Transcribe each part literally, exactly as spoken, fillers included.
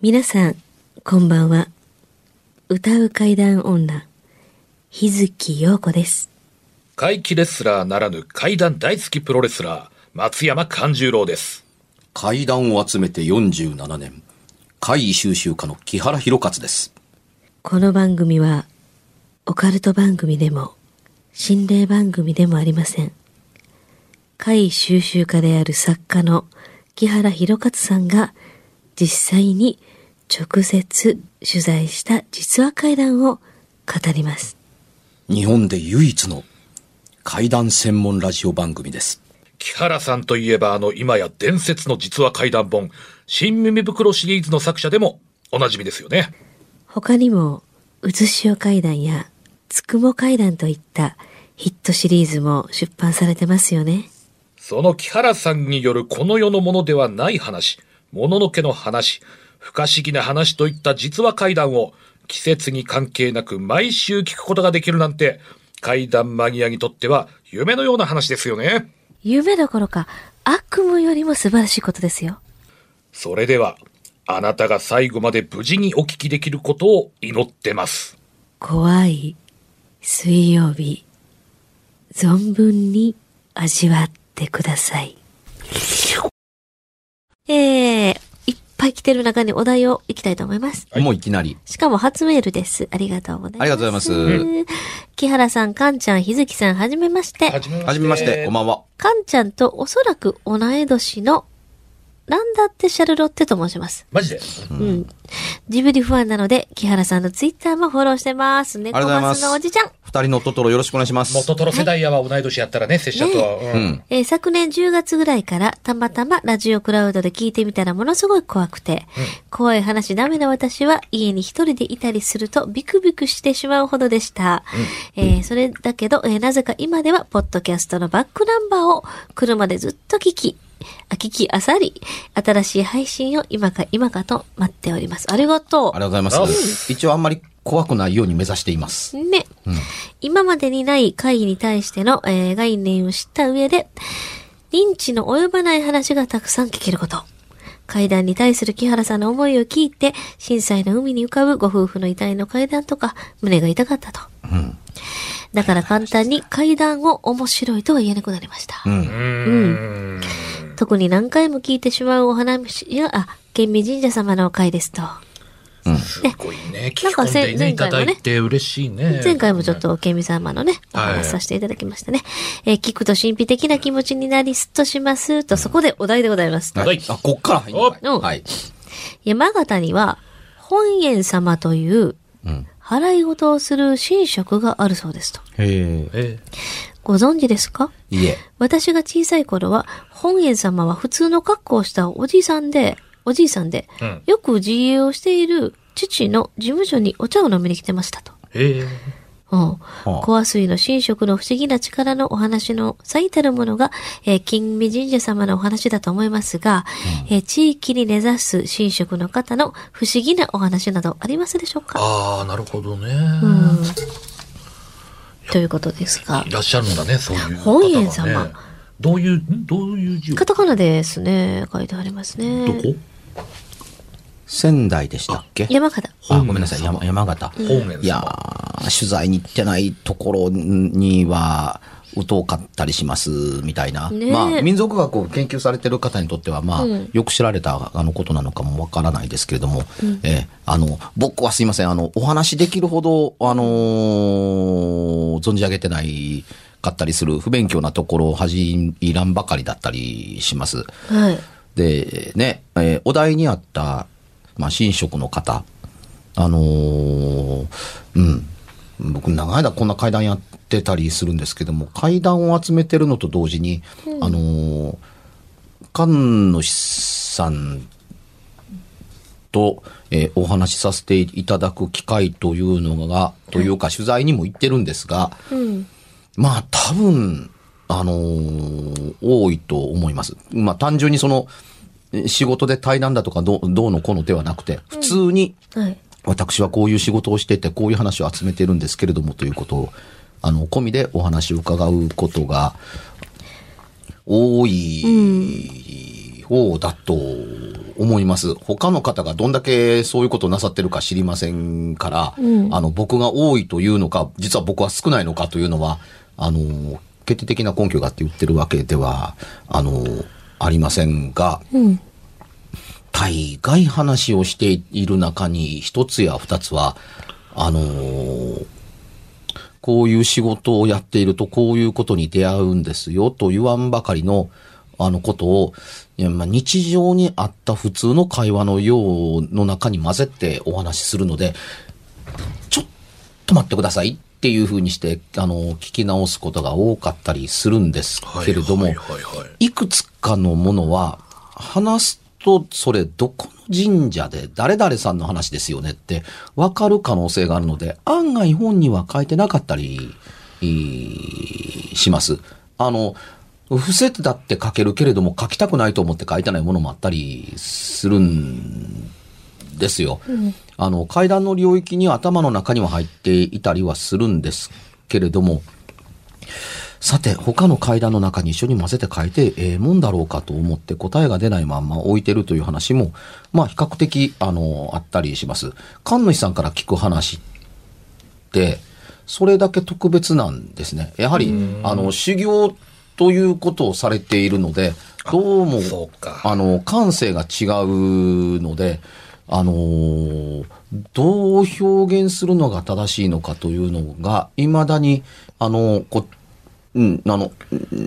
皆さんこんばんは。歌う怪談女日月陽子です。 怪奇レスラーならぬ怪談大好きプロレスラー松山勘十郎です。 怪談を集めてよんじゅうななねん、怪異収集家の木原博勝です。 この番組はオカルト番組でも心霊番組でもありません。怪異収集家である作家の木原博勝さんが実際に直接取材した実話怪談を語ります。 日本で唯一の怪談専門ラジオ番組です。 木原さんといえばあの今や伝説の実話怪談本新耳袋シリーズの作者でもおなじみですよね。 他にもうずしお怪談やつくも怪談といったヒットシリーズも出版されてますよね。 その木原さんによるこの世のものではない話、もののけの話、不可思議な話といった実話怪談を季節に関係なく毎週聞くことができるなんて怪談マニアにとっては夢のような話ですよね。 夢どころか悪夢よりも素晴らしいことですよ。 それではあなたが最後まで無事にお聞きできることを祈ってます。 怖い水曜日、存分に味わってください。えー、いっぱい来てる中にお題をいきたいと思います。 はい、もういきなり。 しかも初メールです。ありがとうございます。 ありがとうございます。 木原さん、かんちゃん、日月さん、はじめまして。 はじめまして。 はじめまして、こんばんは。 かんちゃんとおそらく同い年のランダってシャルロッテと申します。 マジで、 うん、うん。ジブリファンなので、木原さんのツイッターもフォローしてます。猫マスのおじちゃん。 二人のトトロよろしくお願いします。 もうトトロ世代やは同い年やったらね、拙者とは、 ねうん。 えー、昨年じゅうがつぐらいからたまたまラジオクラウドで聞いてみたらものすごい怖くて、うん、怖い話ダメな私は家に一人でいたりするとビクビクしてしまうほどでした。うん、えー、それだけど、えー、なぜか今ではポッドキャストのバックナンバーを車でずっと聞き、あ、聞きあさり、新しい配信を今か今かと待っております。ありがとう。 ありがとうございます。うん、一応あんまり怖くないように目指しています。 ね。うん、今までにない怪異に対しての、えー、概念を知った上で、認知の及ばない話がたくさん聞けること。怪談に対する木原さんの思いを聞いて、震災の海に浮かぶご夫婦の遺体の怪談とか、胸が痛かったと。うん、だから簡単に怪談を面白いとは言えなくなりました。うん。うん特に何回も聞いてしまうお話や、あ、県民神社様の回ですと。 うん、すごいね。聞き込んで、ね、いただいて嬉しいね。 前回もちょっと県民様のね、お話しさせていただきましたね。はい、えー、聞くと神秘的な気持ちになりすっとしますと、そこでお題でございます。 はい。あ、こっから入るの、うん、はい。 山形には、本園様という、払い事をする神職があるそうですと。 へえ。 ご存知ですか？ いえ。 私が小さい頃は、本園様は普通の格好をしたおじさんで、おじいさんで、うん、よく自営をしている父の事務所にお茶を飲みに来てましたと。 へえ。 うん。小水の神職の不思議な力のお話の最たるものが、えー、金美神社様のお話だと思いますが、うん、えー、地域に根ざす神職の方の不思議なお話などありますでしょうか？ ああ、なるほどね。 うん。ということですが。 いらっしゃるんだね、そういう方がね。 本園様。 どういう、どういう字を？ カタカナですね。書いてありますね。 どこ？ 仙台でしたっけ？ 山形。 あ、ごめんなさい、山、山形。 本園様。 いやー、取材に行ってないところには、疎かったりします、みたいな。ね、まあ、民族学を研究されてる方にとっては、まあ、うん、よく知られたあのことなのかもわからないですけれども、うん、えー、あの、僕はすいません、あの、お話できるほど、あのー、存じ上げてないかったりする不勉強なところを恥じらんばかりだったりします。 はい。 で、ね、えー、お題にあった、まあ、神職の方、あのー、うん、僕長い間こんな怪談やってたりするんですけども、怪談を集めてるのと同時に、うん、あのー、神主さんと、えー、お話しさせていただく機会というのが、というか取材にも行ってるんですが、うん、まあ多分、あのー、多いと思います。まあ単純にその、仕事で対談だとかどう、どうのこうのではなくて、普通に、私はこういう仕事をしてて、こういう話を集めてるんですけれどもということを、あの、込みでお話を伺うことが多い方だと思います。他の方がどんだけそういうことをなさってるか知りませんから、うん、あの、僕が多いというのか、実は僕は少ないのかというのは、あの、決定的な根拠があって言ってるわけでは、あの、ありませんが、うん、大概話をしている中に一つや二つは、あのー、こういう仕事をやっているとこういうことに出会うんですよと言わんばかりのあのことを、いや、まあ、日常にあった普通の会話のようの中に混ぜてお話しするので、ちょっと待ってくださいっていうふうにして、あの、聞き直すことが多かったりするんですけれども、はいはいはいはい、いくつかのものは話すと、それどこの神社で誰々さんの話ですよねって分かる可能性があるので、案外本には書いてなかったりします。あの、伏せてだって書けるけれども書きたくないと思って書いてないものもあったりするんですよ。うん、あの、階段の領域に頭の中には入っていたりはするんですけれども、さて、他の階段の中に一緒に混ぜて書いてええもんだろうかと思って答えが出ないまんま置いてるという話も、まあ比較的、あの、あったりします。神主さんから聞く話って、それだけ特別なんですね。やはり、あの、修行ということをされているので、どうも、あ, あの、感性が違うので、あのー、どう表現するのが正しいのかというのが、未だに、あの、こうん、あの、うん、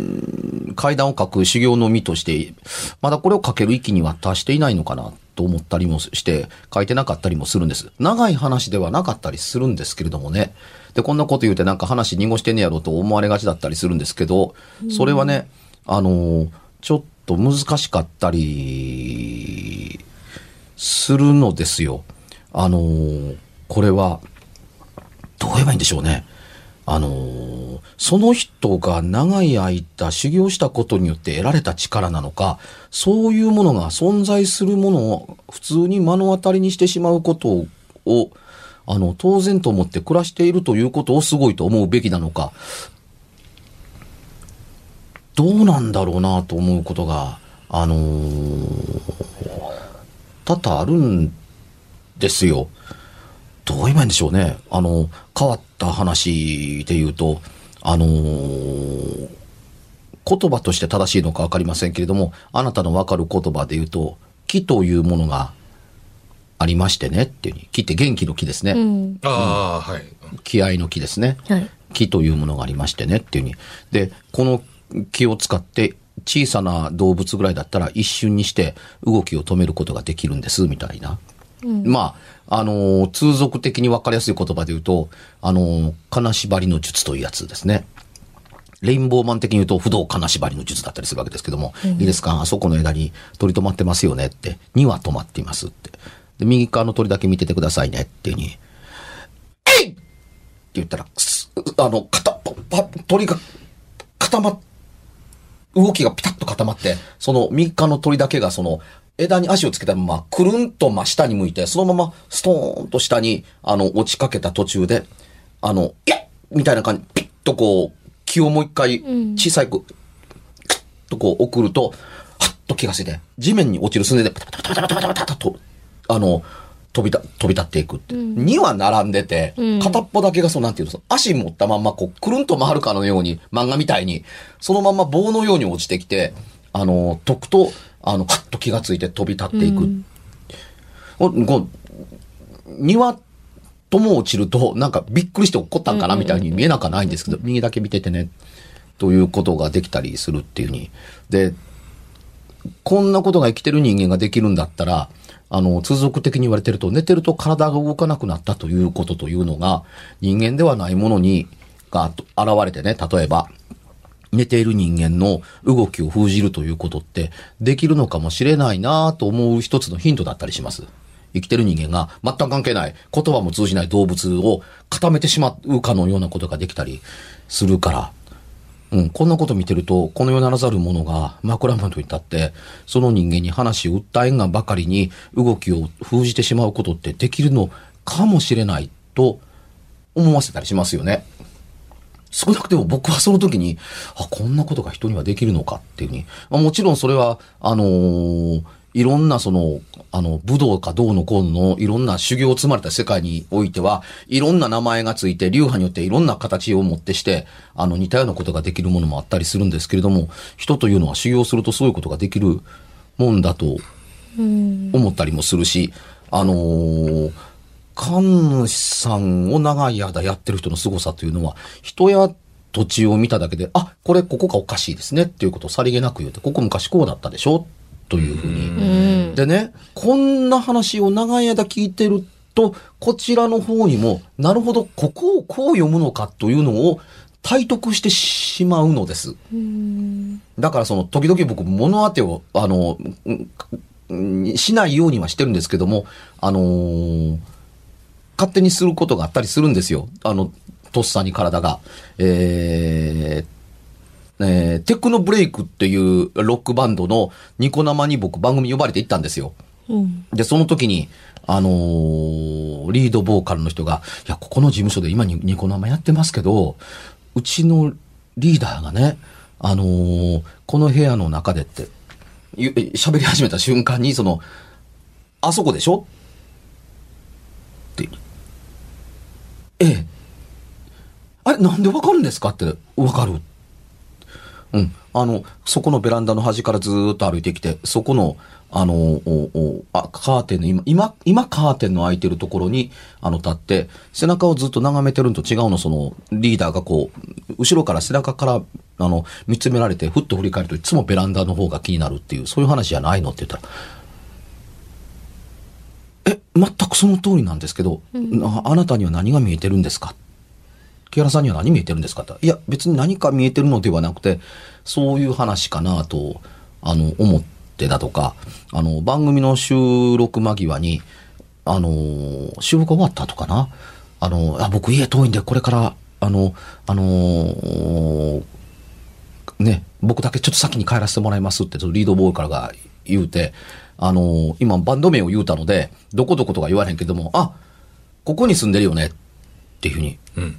階段を書く修行の身として、まだこれを書ける域には達していないのかなと思ったりもして、書いてなかったりもするんです。長い話ではなかったりするんですけれどもね。で、こんなこと言うてなんか話濁してんねやろうと思われがちだったりするんですけど、それはね、あの、ちょっと難しかったりするのですよ。あの、これは、どう言えばいいんでしょうね。あの、その人が長い間修行したことによって得られた力なのか、そういうものが存在するものを普通に目の当たりにしてしまうことを、あの、当然と思って暮らしているということをすごいと思うべきなのか、どうなんだろうなと思うことが、あのー、多々あるんですよ。どう言えばいいんでしょうね。あの、変わった話で言うと、あのー、言葉として正しいのか分かりませんけれども、あなたの分かる言葉で言うと、気というものがありましてねっていうに、気って元気の気ですね。うん、 ああ、はい。 気合の気ですね。はい。気というものがありましてねっていうに。で、この気を使って小さな動物ぐらいだったら一瞬にして動きを止めることができるんですみたいな。うん、まあ、あのー、通俗的に分かりやすい言葉で言うと、あのー、金縛りの術というやつですね。レインボーマン的に言うと不動金縛りの術だったりするわけですけども、うん、いいですか、あそこの枝に鳥止まってますよねって、には止まっていますって。で、右側の鳥だけ見ててくださいねっていうに、えいって言ったら、あの、片っぽ、鳥が固まっ、動きがピタッと固まって、その右側の鳥だけがその、枝に足をつけたまま、くるんと真下に向いて、そのままストーンと下に、あの、落ちかけた途中で、あの、いやみたいな感じ、ピッとこう、気をもう一回、小さく、クッとこう送ると、はっと気がついて、地面に落ちるすねで、パタパタパタパタパタパタと、あの、飛びた、飛び立っていくって。うん、には並んでて、片っぽだけがそうなんていうの、足持ったまんま、こう、くるんと回るかのように、漫画みたいに、そのまんま棒のように落ちてきて、あの、とくと、あの、パッと気がついて飛び立っていく。うん、こう、庭とも落ちると、なんかびっくりして怒ったんかなみたいに見えなくはないんですけど、右だけ見ててね、ということができたりするっていうに。で、こんなことが生きてる人間ができるんだったら、あの、通俗的に言われてると、寝てると体が動かなくなったということというのが、人間ではないものに、が現れてね、例えば、寝ている人間の動きを封じるということってできるのかもしれないなと思う一つのヒントだったりします。生きてる人間が全く関係ない、言葉も通じない動物を固めてしまうかのようなことができたりするから、うん、こんなこと見てると、この世ならざる者が枕元に立って、その人間に話を訴えんがばかりに動きを封じてしまうことってできるのかもしれないと思わせたりしますよね。 少なくても僕はその時に、あ、こんなことが人にはできるのかっていうふうに。まあ、もちろんそれは、あのー、いろんなその、あの、武道かどうのこうのいろんな修行を積まれた世界においては、いろんな名前がついて、流派によっていろんな形をもってして、あの、似たようなことができるものもあったりするんですけれども、人というのは修行するとそういうことができるもんだと思ったりもするし、あのー、神主さんを長い間やってる人の凄さというのは、人や土地を見ただけで、あ、これここがおかしいですねっていうことをさりげなく言うて、ここ昔こうだったでしょというふうに。でね、こんな話を長い間聞いてると、こちらの方にも、なるほど、ここをこう読むのかというのを体得してしまうのです。だからその、時々僕、物当てを、あの、しないようにはしてるんですけども、あのー、勝手にすることがあったりするんですよ。あの、とっさに体が。えーえー、テクノブレイクっていうロックバンドのニコ生に僕番組呼ばれて行ったんですよ。うん、で、その時に、あのー、リードボーカルの人が、いや、ここの事務所で今にニコ生やってますけど、うちのリーダーがね、あのー、この部屋の中でって、喋り始めた瞬間に、その、あそこでしょって、ええ。あれ、なんでわかるんですかって、わかる。うん。あの、そこのベランダの端からずーっと歩いてきて、そこの、あの、おおあカーテンの今、今、今カーテンの開いてるところに、あの、立って、背中をずっと眺めてるのと違うの、その、リーダーがこう、後ろから背中から、あの、見つめられて、ふっと振り返るといつもベランダの方が気になるっていう、そういう話じゃないのって言ったら、え、全くその通りなんですけど、うん、あ、あなたには何が見えてるんですか？木原さんには何見えてるんですかって。いや、別に何か見えてるのではなくて、そういう話かなと、あの、思ってだとか、あの、番組の収録間際に、あの、収録終わった後かな。あの、あ、僕家遠いんで、これから、あの、あの、ね、僕だけちょっと先に帰らせてもらいますって、リードボーカルが言うて、あの、今バンド名を言うたので、どこどことか言われへんけども、あ、ここに住んでるよねっていうふうに。うん。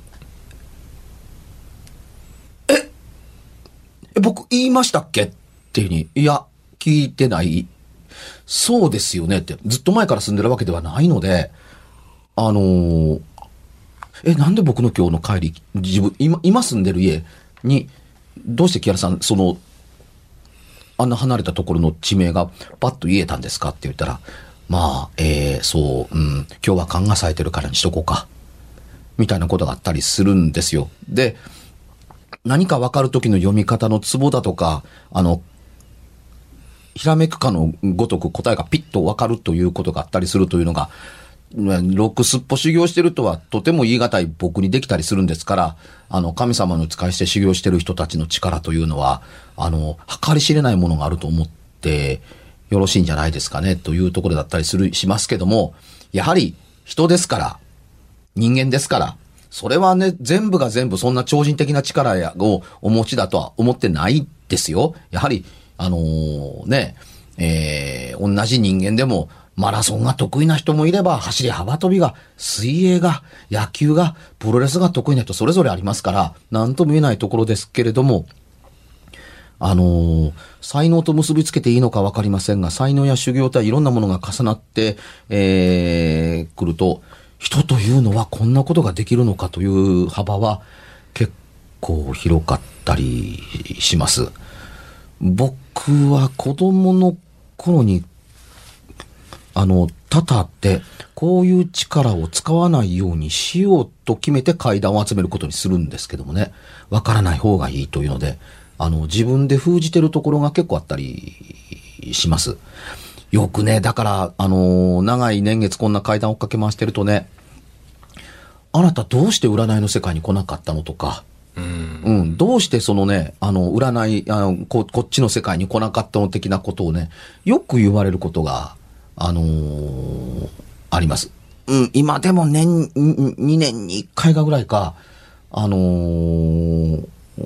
ええ、僕言いましたっけっていうふうに。いや、聞いてない。そうですよねって。ずっと前から住んでるわけではないので、あのー、え、なんで僕の今日の帰り、自分、今、今住んでる家に、どうして木原さん、その、あんな離れたところの地名がパッと言えたんですかって言ったら、まあ、えー、そう、うん、今日は勘が冴えてるからにしとこうか。みたいなことがあったりするんですよ。で、何か分かる時の読み方のツボだとか、あの、ひらめくかのごとく答えがピッと分かるということがあったりするというのが、ロックスっぽ修行してるとはとても言い難い僕にできたりするんですから、あの、神様の使いして修行してる人たちの力というのは、あの、計り知れないものがあると思ってよろしいんじゃないですかね、というところだったりする、しますけども、やはり人ですから、人間ですから、それはね、全部が全部そんな超人的な力をお持ちだとは思ってないですよ。やはり、あのー、ね、えー、同じ人間でも、マラソンが得意な人もいれば、走り幅跳びが、水泳が、野球が、プロレスが得意な人それぞれありますから、なんとも言えないところですけれども、あのー、才能と結びつけていいのかわかりませんが、才能や修行といろんなものが重なって、えー、くると、人というのはこんなことができるのかという幅は結構広かったりします。僕は子供の頃にあの、多々って、こういう力を使わないようにしようと決めて階段を集めることにするんですけどもね、わからない方がいいというので、あの、自分で封じてるところが結構あったりします。よくね、だから、あの、長い年月こんな階段を追っかけ回してるとね、あなたどうして占いの世界に来なかったのとか、うん、うん、どうしてそのね、あの、占い、あのこ、こっちの世界に来なかったの的なことをね、よく言われることが、あのー、あります。うん、今でも年、にねんにいっかいかぐらいか、あのー、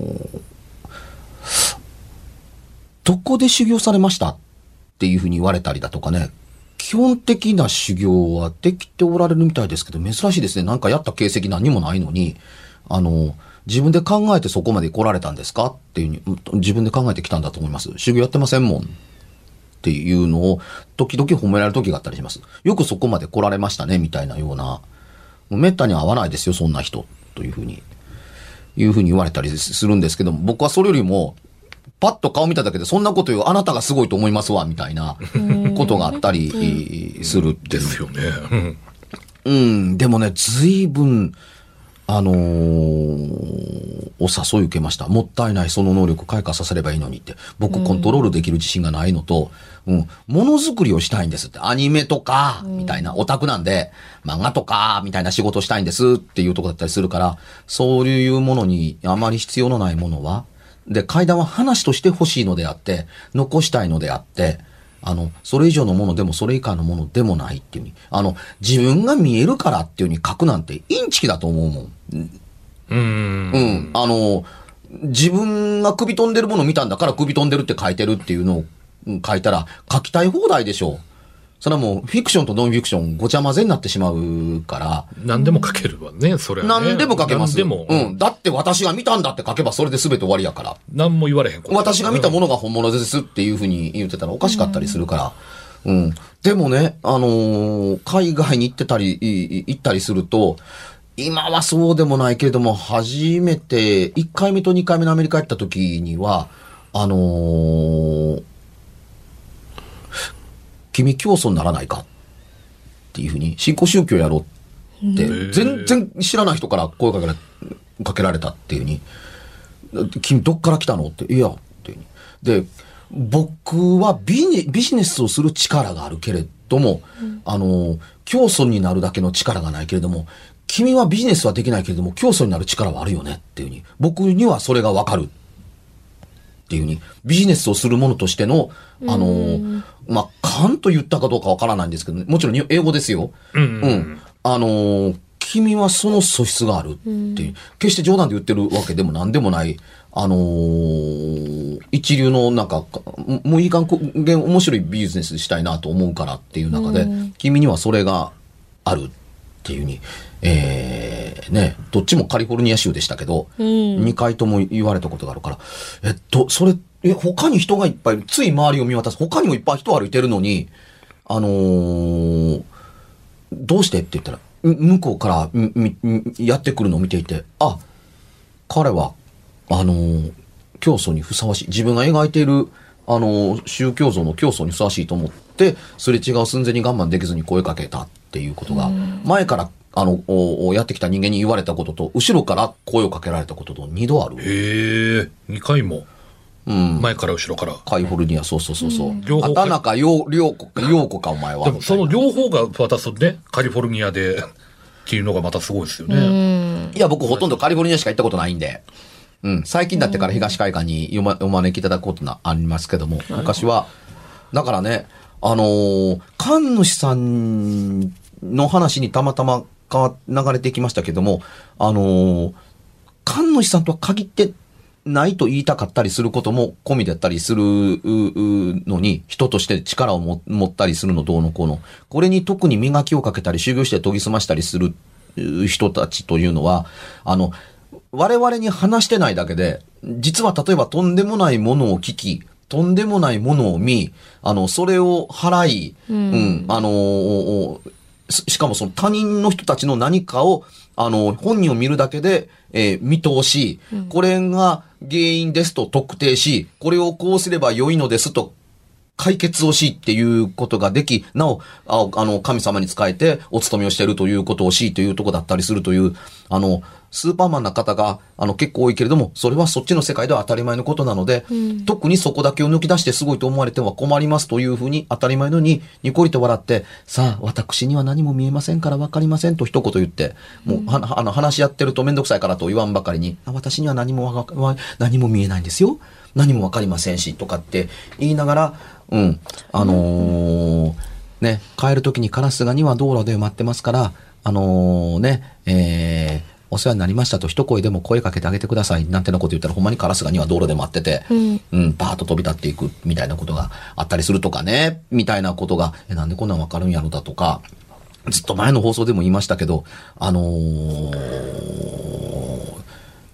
どこで修行されましたっていうふうに言われたりだとかね、基本的な修行はできておられるみたいですけど、珍しいですね。なんかやった形跡何もないのに、あの、 自分で考えてそこまで来られたんですかっていうふうに、自分で考えてきたんだと思います。修行やってませんもん。っていうのを、時々褒められる時があったりします。よくそこまで来られましたね、みたいなような、めったに会わないですよ、そんな人。というふうに、いうふうに言われたりするんですけども、僕はそれよりも、パッと顔見ただけでそんなこと言うあなたがすごいと思いますわ、みたいなことがあったりするっていう。 ですよね。 うん、でもね、随分、あのー、お誘い受けました。もったいない、その能力開花させればいいのにって。僕コントロールできる自信がないのと、うん、ものづくりをしたいんですって。アニメとか、みたいな、オタクなんで、漫画とか、みたいな仕事をしたいんですっていうところだったりするから、そういうものにあまり必要のないものは、で、階段は話として欲しいのであって、残したいのであって、あの、それ以上のものでもそれ以下のものでもないっていうに、あの、自分が見えるからっていうに書くなんてインチキだと思うもん。 うーん。 うん。あの、自分が首飛んでるものを見たんだから首飛んでるって書いてるっていうのを書いたら書きたい放題でしょう。それはもうフィクションとノンフィクションごちゃ混ぜになってしまうから。 何でも書けるわね、それはね。 何でも書けます。 何でも。 うん。だって私が見たんだって書けばそれで全て終わりやから。 何も言われへんこと。 私が見たものが本物ですっていうふうに言ってたらおかしかったりするから。うん。うん、でもね、あのー、海外に行ってたり、行ったりすると、今はそうでもないけれども、初めて、いっかいめとにかいめのアメリカ行った時には、あのー、君教祖にならないかっていうふうに、新興宗教やろうって、全然知らない人から声かけられ、かけられたっていうふうに、君どっから来たのって、いや、っていうふうに。で、僕はビジ、ビジネスをする力があるけれども、うん、あの、教祖になるだけの力がないけれども、君はビジネスはできないけれども、教祖になる力はあるよねっていうふうに、僕にはそれがわかるっていうふうに、ビジネスをするものとしての、あの、まあ、勘と言ったかどうかわからないんですけど、ね、もちろん英語ですよ。うん、うん。あの、君はその素質があるっていう、決して冗談で言ってるわけでも何でもない、あのー、一流のなんか、もういいかん面白いビジネスしたいなと思うからっていう中で、君にはそれがあるっていうふうに、えー、ね、どっちもカリフォルニア州でしたけど、うん、にかいとも言われたことがあるから、えっと、それ、え、他に人がいっぱいいる。つい周りを見渡す。他にもいっぱい人歩いてるのに、あのー、どうしてって言ったら、向こうからみみやってくるのを見ていて、あ、彼は、あのー、教祖にふさわしい。自分が描いている、あのー、宗教像の教祖にふさわしいと思って、すれ違う寸前に我慢できずに声かけたっていうことが、前から、あの、やってきた人間に言われたことと、後ろから声をかけられたことと二度ある。 へえ、二回も。うん。前から後ろから。 カリフォルニア、そうそうそうそう。両方。畑中陽子か、陽子かお前は。 でもその両方が私ね、カリフォルニアで、っていうのがまたすごいですよね。 いや、僕ほとんどカリフォルニアしか行ったことないんで。うん。最近だってから東海岸にお招きいただくことがありますけども、昔は。だからね、あのー、神主さんの話にたまたま流れてきましたけども、あのー、神主さんとは限ってないと言いたかったりすることも込みだったりするのに、人として力をも持ったりするのどうのこうの。これに特に磨きをかけたり修行して研ぎ澄ましたりする人たちというのは、あの、我々に話してないだけで、実は例えばとんでもないものを聞き、とんでもないものを見、あの、それを払い、うん、うん、あの、しかもその他人の人たちの何かを、あの、本人を見るだけで、えー、見通し、うん、これが原因ですと特定し、これをこうすれば良いのですと解決をしっていうことができ、なお、あ, あの、神様に仕えてお勤めをしているということをしというところだったりするという、あの、スーパーマンな方が、あの、結構多いけれども、それはそっちの世界では当たり前のことなので、うん、特にそこだけを抜き出してすごいと思われては困りますというふうに当たり前のようにニコリと笑って、さあ、私には何も見えませんから分かりませんと一言言って、もう、うん、はあの話し合ってるとめんどくさいからと言わんばかりに、私には何も何も見えないんですよ。何も分かりませんし、とかって言いながら、うん、あのー、ね、帰るときにカラスガには道路で待ってますから、あのー、ね、えー、お世話になりましたと一声でも声かけてあげてくださいなんてなこと言ったらほんまにカラスガには道路で待ってて、うん、うん、パーッと飛び立っていくみたいなことがあったりするとかね、みたいなことが、え、なんでこんなんわかるんやろだとか、ずっと前の放送でも言いましたけど、あのー、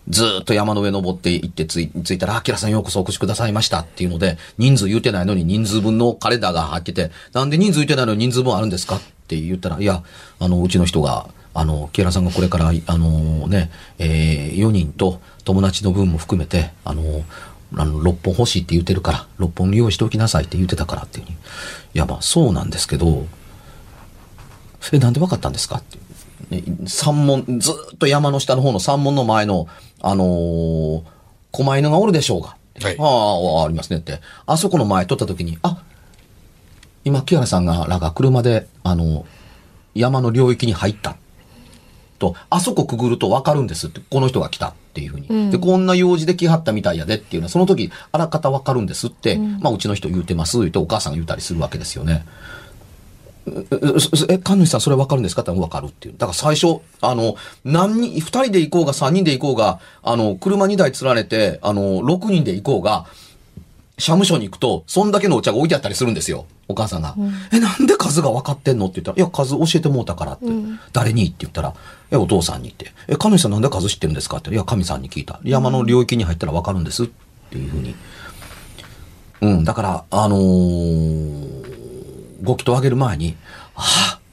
ずーっと山の上登って行ってつい、着いたら、あきらさんようこそお越しくださいましたっていうので、人数言うてないのに人数分のカレンダーが入ってて、なんで人数言うてないのに人数分あるんですかって言ったら、いや、あの、うちの人が、あの、木原さんがこれから、あのね、えー、よにんと友達の分も含めて、あの、あの、ろっぽん欲しいって言ってるから、ろっぽん用意しておきなさいって言ってたからっていうふうに。いや、まあ、そうなんですけど、え、なんで分かったんですかって。ね、山門、ずーっと山の下の方の山門の前の、あのー、狛犬がおるでしょうが。 はい、 ああ、ありますねって。あそこの前撮った時に、あ、今、木原さんが、らが車で、あの、山の領域に入った。と、あそこくぐると分かるんですって、この人が来たっていうふうに、うん。で、こんな用事で来はったみたいやでっていうのは、その時、あらかた分かるんですって、うん、まあ、うちの人言うてます、言うてお母さんが言うたりするわけですよね。え、神主さんそれ分かるんですかって言ったら分かるっていう。だから最初、あの、何人、二人で行こうが三人で行こうが、あの、車二台連ねて、あの、六人で行こうが、社務所に行くと、そんだけのお茶が置いてあったりするんですよ。お母さんが。うん、え、なんで数が分かってんのって言ったら、いや、数教えてもうたからって。うん、誰にって言ったら、え、お父さんにって。え、神主さんなんで数知ってるんですかって。いや、神さんに聞いた。山の領域に入ったら分かるんですっていうふうに。うん、だから、あのー、ご祈祷あげる前に、ああ、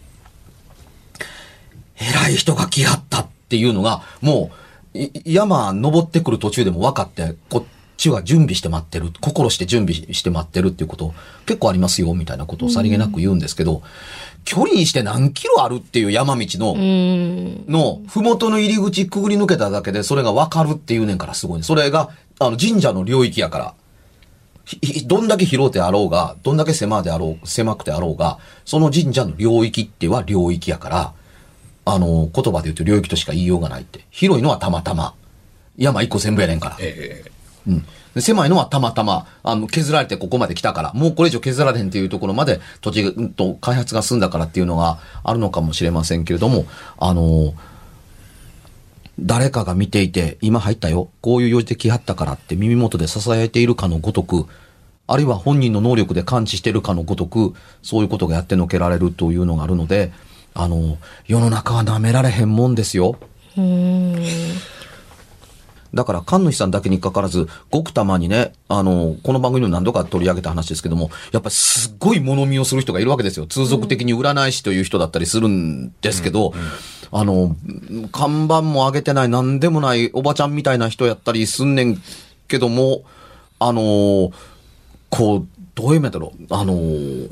偉い人が来はったっていうのが、もう、山登ってくる途中でも分かって、こっちは準備して待ってる、心して準備して待ってるっていうこと、結構ありますよ、みたいなことをさりげなく言うんですけど、距離にして何キロあるっていう山道の、の、ふもとの入り口くぐり抜けただけで、それが分かるっていうねんからすごいね。それが、あの、神社の領域やから。どんだけ広てあろうが、どんだけ狭であろう、狭くてあろうが、その神社の領域っては領域やから、あの、言葉で言うと領域としか言いようがないって。広いのはたまたま。山一個全部やねんから。えー、うん。で狭いのはたまたま、あの、削られてここまで来たから、もうこれ以上削られへんっていうところまで土地と開発が進んだからっていうのがあるのかもしれませんけれども、あの、誰かが見ていて、今入ったよ、こういう用事で来はったからって耳元で囁いているかのごとく、あるいは本人の能力で感知しているかのごとく、そういうことがやってのけられるというのがあるので、あの、世の中は舐められへんもんですよ。うーん。だから、神主さんだけにかかわらず、ごくたまにね、あの、この番組でも何度か取り上げた話ですけども、やっぱりすっごい物見をする人がいるわけですよ。通俗的に占い師という人だったりするんですけど、うんうん、あの、看板も上げてない何でもないおばちゃんみたいな人やったりすんねんけども、あの、こう、どういう意味だろう、あの、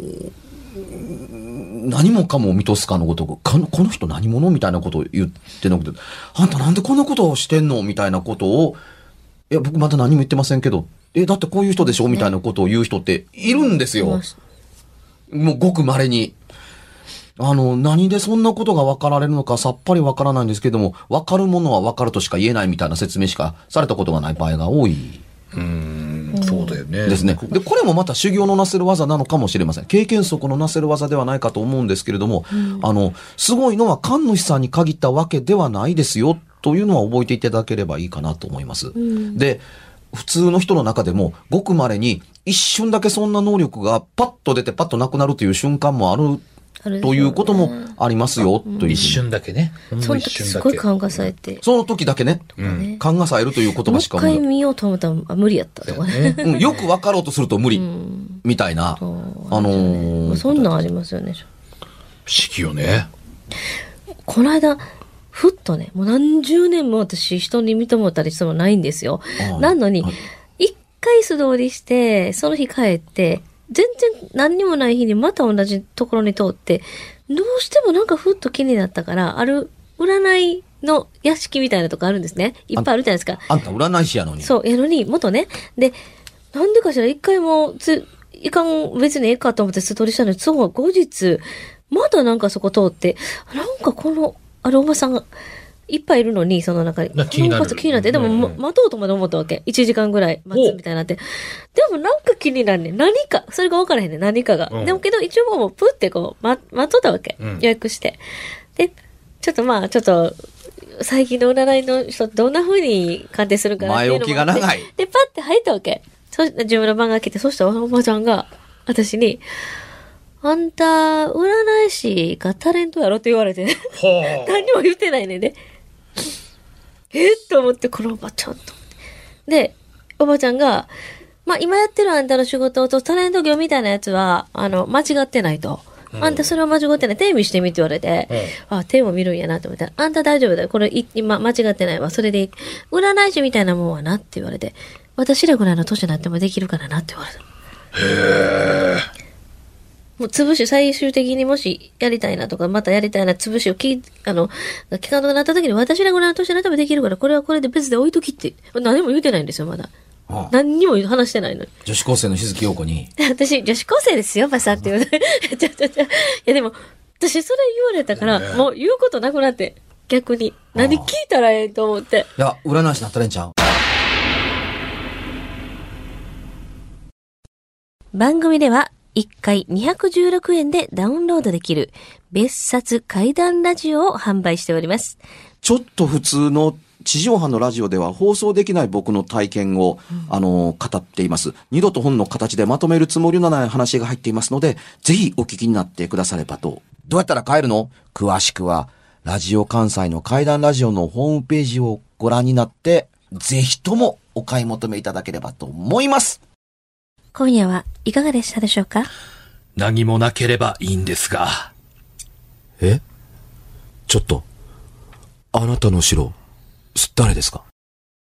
何もかも見通すかのごとく、この、この人何者みたいなことを言ってなくて、あんたなんでこんなことをしてんのみたいなことを、いや、僕まだ何も言ってませんけど、え、だってこういう人でしょみたいなことを言う人っているんですよ。もうごく稀に。あの、何でそんなことが分かられるのかさっぱり分からないんですけども、分かるものは分かるとしか言えないみたいな説明しかされたことがない場合が多い。 うーん、そうだよね。 ですね。で、これもまた修行のなせる技なのかもしれません。経験則のなせる技ではないかと思うんですけれども、うん、あの、すごいのは神主さんに限ったわけではないですよ、というのは覚えていただければいいかなと思います。うん、で、普通の人の中でも、ごく稀に一瞬だけそんな能力がパッと出てパッとなくなるという瞬間もあるということもありますよ、という。 一瞬だけね。 ほんの一瞬だけ。その時すごい勘がさえて。 その時だけね。うん、勘がさえるという言葉しかもう一回見ようと思ったら無理やったとかね。 うん、よく分かろうとすると無理。うん、みたいな。あのー、 そんなんありますよね。 不思議よね。 この間、ふっとね、もう何十年も私人に見てもらったりしてもないんですよ。なのに、はい、一回素通りして、その日帰って、全然何にもない日にまた同じところに通って、どうしてもなんかふっと気になったから、ある占いの屋敷みたいなとこあるんですね。いっぱいあるじゃないですか。 あんた占い師やのに。 そう、やのに、元ね。で、なんでかしら一回もつ、いかん別にええかと思って素通りしたのに、そう、後日、まだなんかそこ通って、なんかこの、あるおばさんが、いっぱいいるのに、その中に。 気になる。 気になって。でも、ま、待とうとまで思ったわけ。いちじかんぐらい待つみたいになって。でもなんか気になるね。何か。それが分からへんね。何かが。うん、でもけど、一応もう、プってこう、ま、待っとったわけ。うん、予約して。で、ちょっとまあ、ちょっと、最近の占いの人、どんな風に鑑定するかなっていうのも前置きが長い。 で、パって入ったわけ。そして、自分の番が来て、そしたらおばちゃんが、私に、あんた、占い師がタレントやろって言われて。何も言ってないねんで。 えっと思って、このおばちゃんと。で、おばちゃんが、まあ、今やってるあんたの仕事とタレント業みたいなやつは、あの、間違ってないと。うん、あんたそれは間違ってない。手見してみって言われて、うん、あ、手も見るんやなと思ったら、あんた大丈夫だよ。これ、今、間違ってないわ。それで、占い師みたいなもんはなって言われて、私らぐらいの年になってもできるからなって言われた。へー。もう潰し、最終的にもしやりたいなとか、またやりたいな潰しをき、あの、聞かなくなった時に私らぐらいの年になってもできるから、これはこれで別で置いときって、何も言うてないんですよ、まだ。ああ、何にも話してないのに。 女子高生の静木陽子に。 私、女子高生ですよ、バサって言うて。ちょちょちょ。いやでも、私それ言われたから、ね、もう言うことなくなって、逆に。何聞いたらええと思って。 いや、占い師なったらええんちゃう？ 番組では、いっかいにひゃくじゅうろくえんでダウンロードできる別冊怪談ラジオを販売しております。 ちょっと普通の地上波のラジオでは放送できない僕の体験を、うん、あの、語っています。二度と本の形でまとめるつもりのない話が入っていますので、ぜひお聞きになってくださればと。 どうやったら買えるの？詳しくは、ラジオ関西の怪談ラジオのホームページをご覧になって、ぜひともお買い求めいただければと思います。 今夜はいかがでしたでしょうか？ 何もなければいいんですが。 え？ちょっと、あなたの城、誰ですか？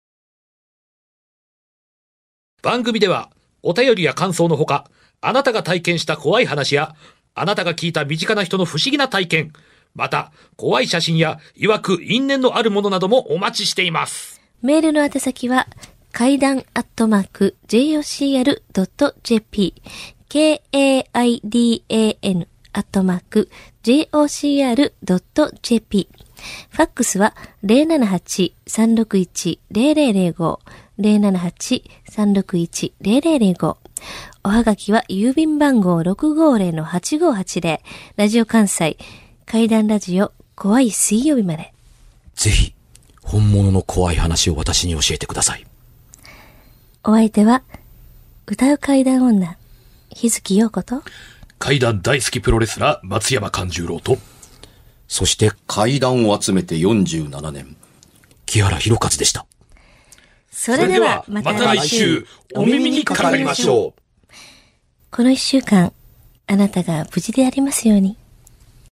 番組ではお便りや感想のほか、あなたが体験した怖い話や、あなたが聞いた身近な人の不思議な体験、また怖い写真や曰く因縁のあるものなどもお待ちしています。 メールの宛先は怪談アットマーク ジェイオーシーアールドットジェーピー ケーエーアイディーエーエヌ アットマーク ジェイオーシーアールドットジェーピー。ファックスは ゼロななはち さんろくいち ゼロゼロゼロご ゼロななはち さんろくいち ゼロゼロゼロご。おはがきは郵便番号 ろくごーゼロのはちごーはちゼロ ラジオ関西怪談ラジオ怖い水曜日まで。 ぜひ本物の怖い話を私に教えてください。 お相手は歌う怪談女日月陽子と怪談大好きプロレスラー松山勘十郎と、 そして怪談を集めてよんじゅうななねん木原博一でした。 それではまた来週お耳にかかりましょう。 この一週間あなたが無事でありますように。